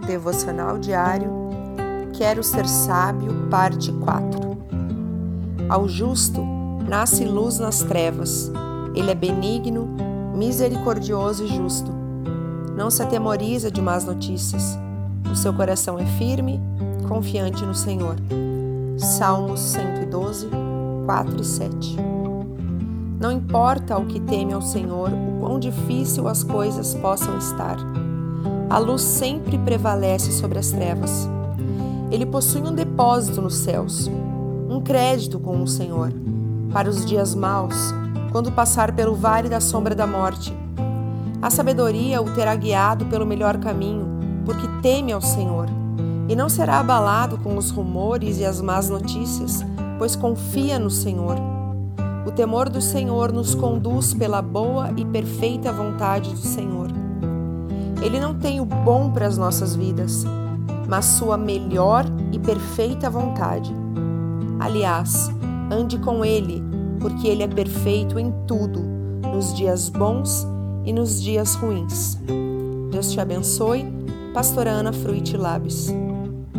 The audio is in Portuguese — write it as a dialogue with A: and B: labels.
A: Devocional Diário, Quero Ser Sábio, parte 4. Ao justo nasce luz nas trevas. Ele é benigno, misericordioso e justo. Não se atemoriza de más notícias. O seu coração é firme, confiante no Senhor. Salmos 112, 4 e 7. Não importa o que teme ao Senhor, o quão difícil as coisas possam estar. A luz sempre prevalece sobre as trevas. Ele possui um depósito nos céus, um crédito com o Senhor, para os dias maus, quando passar pelo vale da sombra da morte. A sabedoria o terá guiado pelo melhor caminho, porque teme ao Senhor, e não será abalado com os rumores e as más notícias, pois confia no Senhor. O temor do Senhor nos conduz pela boa e perfeita vontade do Senhor. Ele não tem o bom para as nossas vidas, mas sua melhor e perfeita vontade. Aliás, ande com Ele, porque Ele é perfeito em tudo, nos dias bons e nos dias ruins. Deus te abençoe. Pastora Ana Fruit Labs.